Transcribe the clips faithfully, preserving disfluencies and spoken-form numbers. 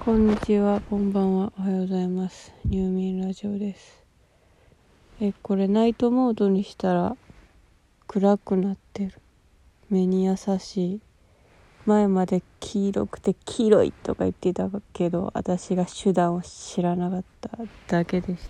こんにちは、こんばんは、おはようございます。入眠ラジオです。え、これナイトモードにしたら暗くなってる。目に優しい。前まで黄色くて黄色いとか言ってたけど、私が手段を知らなかっただけでした。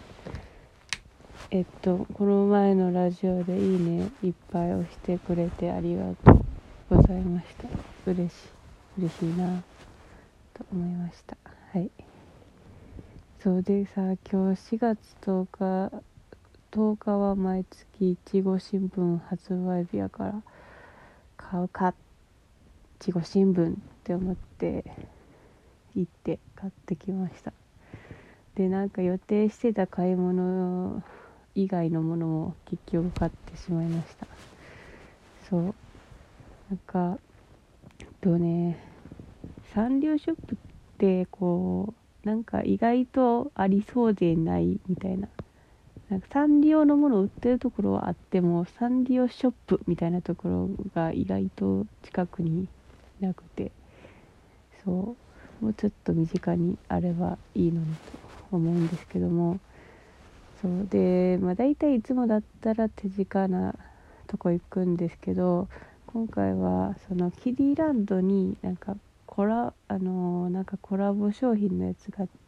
えっと、この前のラジオでいいねいっぱい押してくれてありがとうございました。嬉しい、嬉しいなと思いました。はい。そうでさ、今日しがつとおかとおかは毎月いちご新聞発売日やから買うか、いちご新聞って思って行って買ってきました。で、なんか予定してた買い物以外のものも結局買ってしまいました。そう、なんかとねサンリオショップってこうなんか意外とありそうでないみたいな、なんかサンリオのものを売ってるところはあってもサンリオショップみたいなところが意外と近くになくて、そうもうちょっと身近にあればいいのにと思うんですけども、そうで、まあ、大体いつもだったら手近なとこ行くんですけど、今回はそのキディランドになんかコラあのーなんかコラボ商品のやつがあって、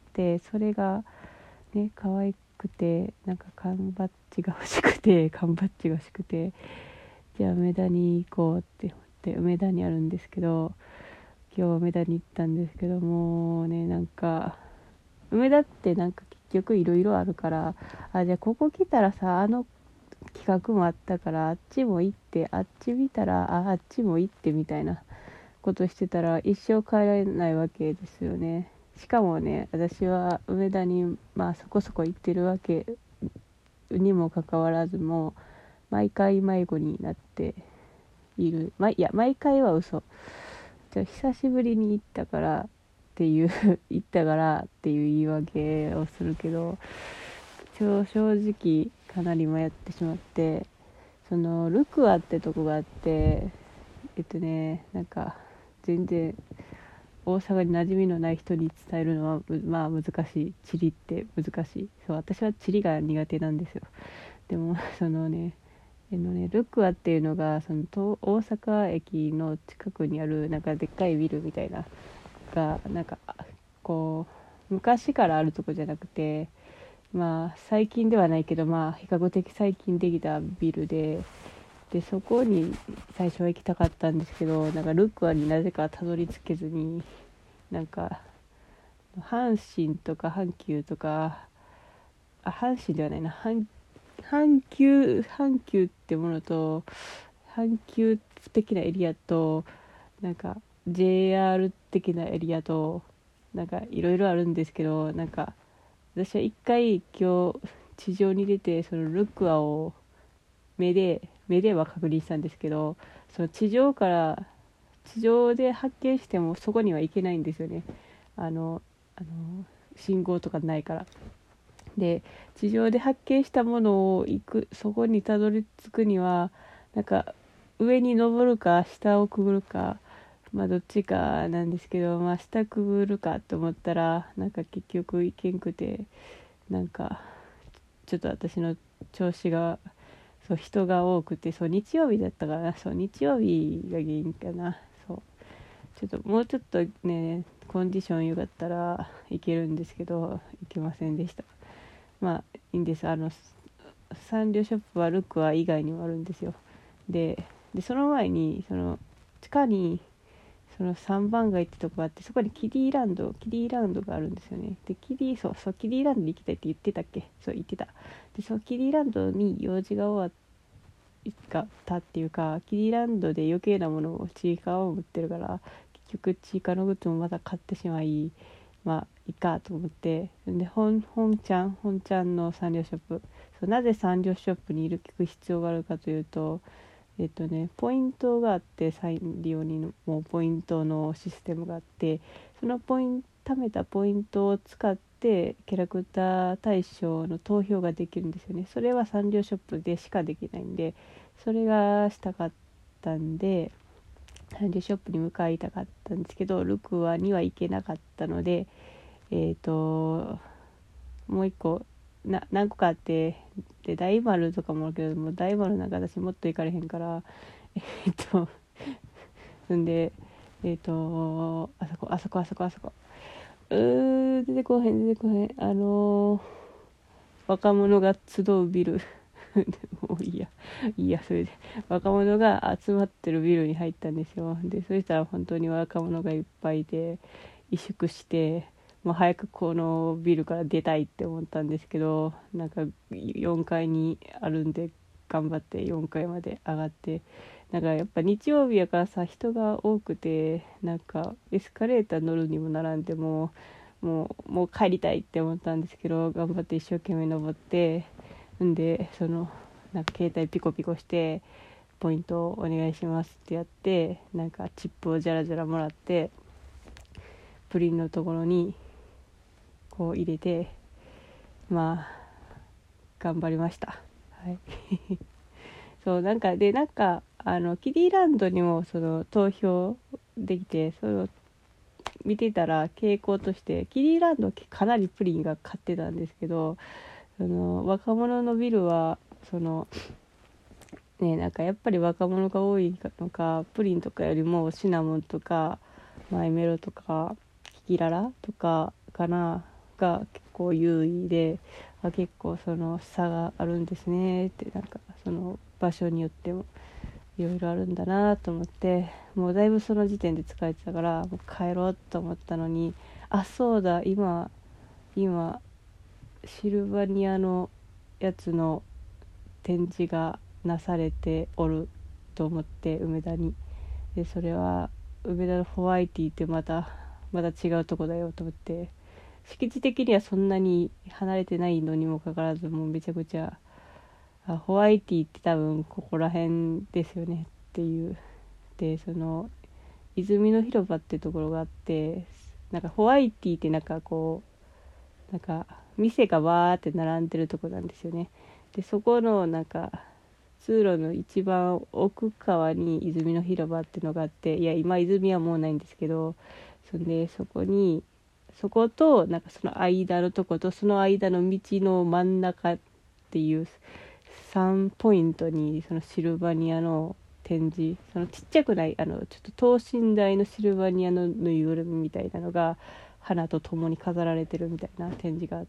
それがね可愛くて、なんか缶バッジが欲しくて缶バッジが欲しくてじゃあ梅田に行こうって思って梅田にあるんですけど、今日梅田に行ったんですけどもね、なんか梅田ってなんか結局いろいろあるから、あ、じゃあここ来たらさ、あの企画もあったからあっちも行って、あっち見たらああっちも行ってみたいなことしてたら一生帰られないわけですよね。しかもね、私は梅田にまあそこそこ行ってるわけにもかかわらずも毎回迷子になっている、ま、いや毎回は嘘、じゃ久しぶりに行ったからっていう行ったからっていう言い訳をするけど、正直かなり迷ってしまって、そのルクアってとこがあって、えっとねなんか全然大阪に馴染みのない人に伝えるのはまあ難しい。地理って難しい。そう、私は地理が苦手なんですよ。でもそのねあのねルクアっていうのがその東大阪駅の近くにあるなんかでっかいビルみたいながなんかこう昔からあるとこじゃなくて、まあ最近ではないけどまあ比較的最近できたビルで、でそこに最初は行きたかったんですけど、なんかルクアになぜかたどり着けずに、なんか阪神とか阪急とか、あ阪神ではないな、阪阪急阪急ってものと阪急的なエリアとなんか ジェイアール 的なエリアとなんかいろいろあるんですけど、なんか私は一回今日地上に出てそのルクアを目で目では確認したんですけど、その地上から地上で発見してもそこには行けないんですよね。あのあの信号とかないから。で地上で発見したものを行くそこにたどり着くにはなんか上に登るか下をくぐるか、まあどっちかなんですけど、まあ下くぐるかと思ったらなんか結局行けんくて、なんかちょっと私の調子が、そう人が多くて、そう日曜日だったかな、そう日曜日が原因かな。そうちょっともうちょっとねコンディション良かったらいけるんですけどいけませんでした。まあいいんです。あのサンリオショップはルクア以外にもあるんですよ。ででその前にその地下にそのさんばん街ってとこがあって、そこにキディランドキディランドがあるんですよね。でキディそうそうキディランドに行きたいって言ってたっけ。そう言ってた。でそのキディランドに用事が終わったっていうか、キディランドで余計なものをチーカーを売ってるから、結局チーカーのグッズもまた買ってしまい、まあいいかと思って、で本本ちゃん本ちゃんのサンリオショップ、そうなぜサンリオショップにいる聞く必要があるかというと、えっとねポイントがあって、サンリオにもポイントのシステムがあって、そのポイント貯めたポイントを使ってキャラクター大賞の投票ができるんですよね。それはサンリオショップでしかできないんで、それがしたかったんで、 サンリオショップに向かいたかったんですけど、ルクアには行けなかったので、えっともう一個な何個かあって、で大丸とかもあるけど、もう大丸なんか私もっと行かれへんから、えっとんでえっとあそこあそこあそこあそこうー出てこへん出てこへんあのー、若者が集うビルもういいやいいやそれで若者が集まってるビルに入ったんですよ。でそしたら本当に若者がいっぱいいて、萎縮して、もう早くこのビルから出たいって思ったんですけど、なんかよんかいにあるんで頑張ってよんかいまで上がって、なんかやっぱ日曜日やからさ、人が多くて、なんかエスカレーター乗るにも並んで、もうもうもう帰りたいって思ったんですけど、頑張って一生懸命登って、んでそのなんか携帯ピコピコしてポイントをお願いしますってやって、なんかチップをジャラジャラもらって、プリンのところにこう入れて、まあ頑張りました。はいそうなんかでなんかあのキディランドにもその投票できて、それを見てたら傾向として、キディランドかなりプリンが買ってたんですけど、その若者のビルはそのね、なんかやっぱり若者が多いのか、プリンとかよりもシナモンとかマイメロとかキキララとかかなが結構優位で、あ結構その差があるんですねって、なんかその場所によってもいろいろあるんだなと思って、もうだいぶその時点で疲れてたからもう帰ろうと思ったのに、あそうだ今今シルバニアのやつの展示がなされておると思って、梅田に、でそれは梅田のホワイティってまたまた違うとこだよと思って、敷地的にはそんなに離れてないのにもかかわらず、もうめちゃくちゃあホワイティって多分ここら辺ですよねっていう。でその泉の広場ってところがあって、なんかホワイティってなんかこうなんか店がわーって並んでるとこなんですよね。でそこのなんか通路の一番奥側に泉の広場っていうのがあって、いや今泉はもうないんですけど、そんでそこにそことなんかその間のとことその間の道の真ん中っていうさんポイントにそのシルバニアの展示、そのちっちゃくないあのちょっと等身大のシルバニアのぬいぐるみみたいなのが花と共に飾られてるみたいな展示があって、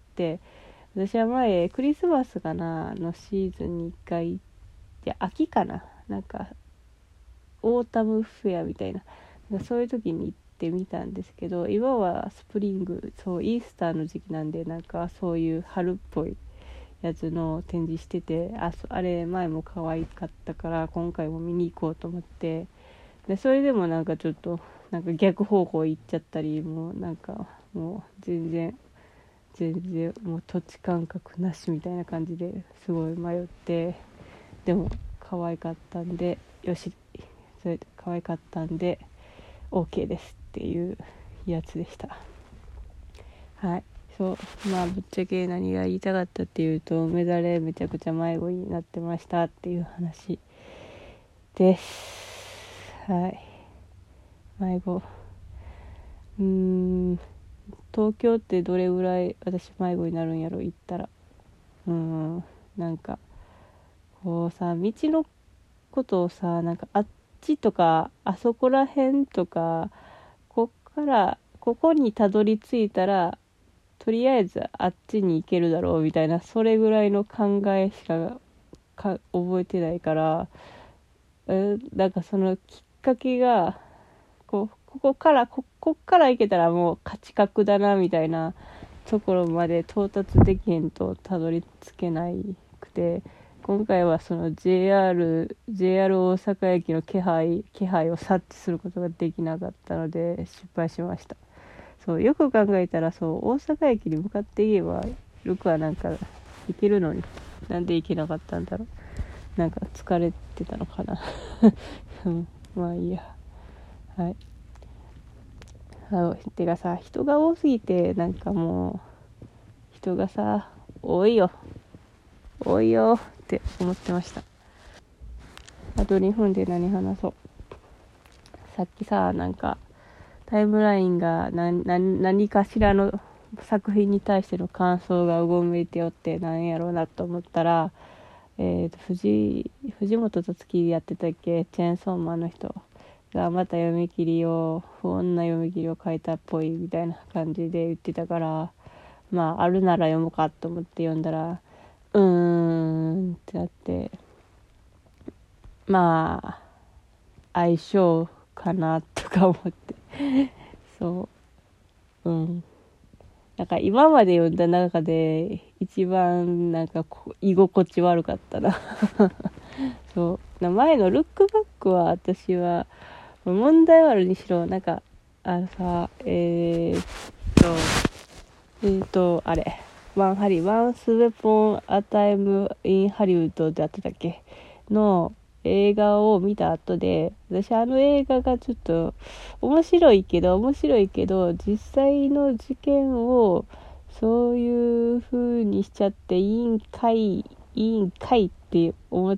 私は前クリスマスかなのシーズンにいっかい、いや秋かな、なんかオータムフェアみたいな、なんかそういう時に行ってみたんですけど、今はスプリング、そうイースターの時期なんで、なんかそういう春っぽいやつの展示してて、ああれ前も可愛かったから今回も見に行こうと思って、でそれでもなんかちょっとなんか逆方向行っちゃったり、もうなんかもう全然全然もう土地感覚なしみたいな感じですごい迷って、でも可愛かったんでよし、それ可愛かったんで OK ですっていうやつでした。はい、そうまあぶっちゃけ何が言いたかったっていうと、梅田でめちゃくちゃ迷子になってましたっていう話です。はい、迷子うーん東京ってどれぐらい私迷子になるんやろ行ったら。うーんなんかこうさ、道のことをさ、なんかあっちとかあそこら辺とか、こっからここにたどり着いたらとりあえずあっちに行けるだろうみたいな、それぐらいの考えしかか覚えてないから、えなんかそのきっかけがこうここからここっから行けたらもう勝ち確だなみたいなところまで到達できへんとたどり着けないくて、今回はその ジェイアール ジェイアール 大阪駅の気配気配を察知することができなかったので失敗しました。そうよく考えたら、そう大阪駅に向かって言えばルクはなんか行けるのに、なんで行けなかったんだろう。なんか疲れてたのかな、うん、まあいいや。はい、あのてかさ、人が多すぎてなんかもう人がさ多いよ多いよって思ってました。あとにふんで何話そう。 さっきさ、なんかタイムラインが何、何、何かしらの作品に対しての感想がうごめいておってなんやろうなと思ったら、えーと、藤藤本つ樹やってたっけ、チェーンソーマンの人がまた読み切りを不穏な読み切りを書いたっぽいみたいな感じで言ってたから、まああるなら読もうかと思って読んだら、うーんってなって、まあ相性かなとか思ってそううんなんか今まで読んだ中で一番なんかこう居心地悪かったなそうな前のルックバックは私は問題はあるにしろ、なんかあのさえー、っとえー、っとあれワンハリワンスウェポンアタイムインハリウッドであってたっけの映画を見た後で、私あの映画がちょっと面白いけど面白いけど実際の事件をそういう風にしちゃっていいんかいいいんかいって思って、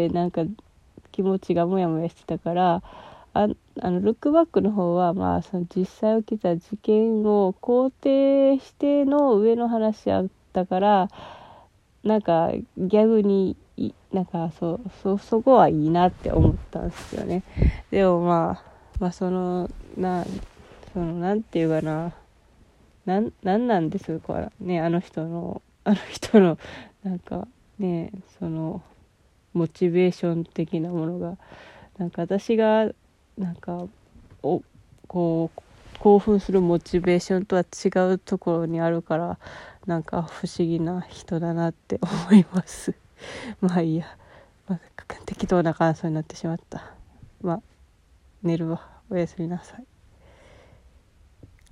なんか気持ちがモヤモヤしてたから、ああのルックバックの方はまあその実際起きた事件を肯定しての上の話やったから、なんか逆になんかそうそそこはいいなって思ったんですよね。でもまあまあそのなそのなんていうかな、なんなんなんですかね、あの人のあの人のなんかね、そのモチベーション的なものがなんか私がなんかおこう興奮するモチベーションとは違うところにあるから、なんか不思議な人だなって思いますまあいいや、まあ、適当な感想になってしまった。まあ寝るわ、おやすみなさい。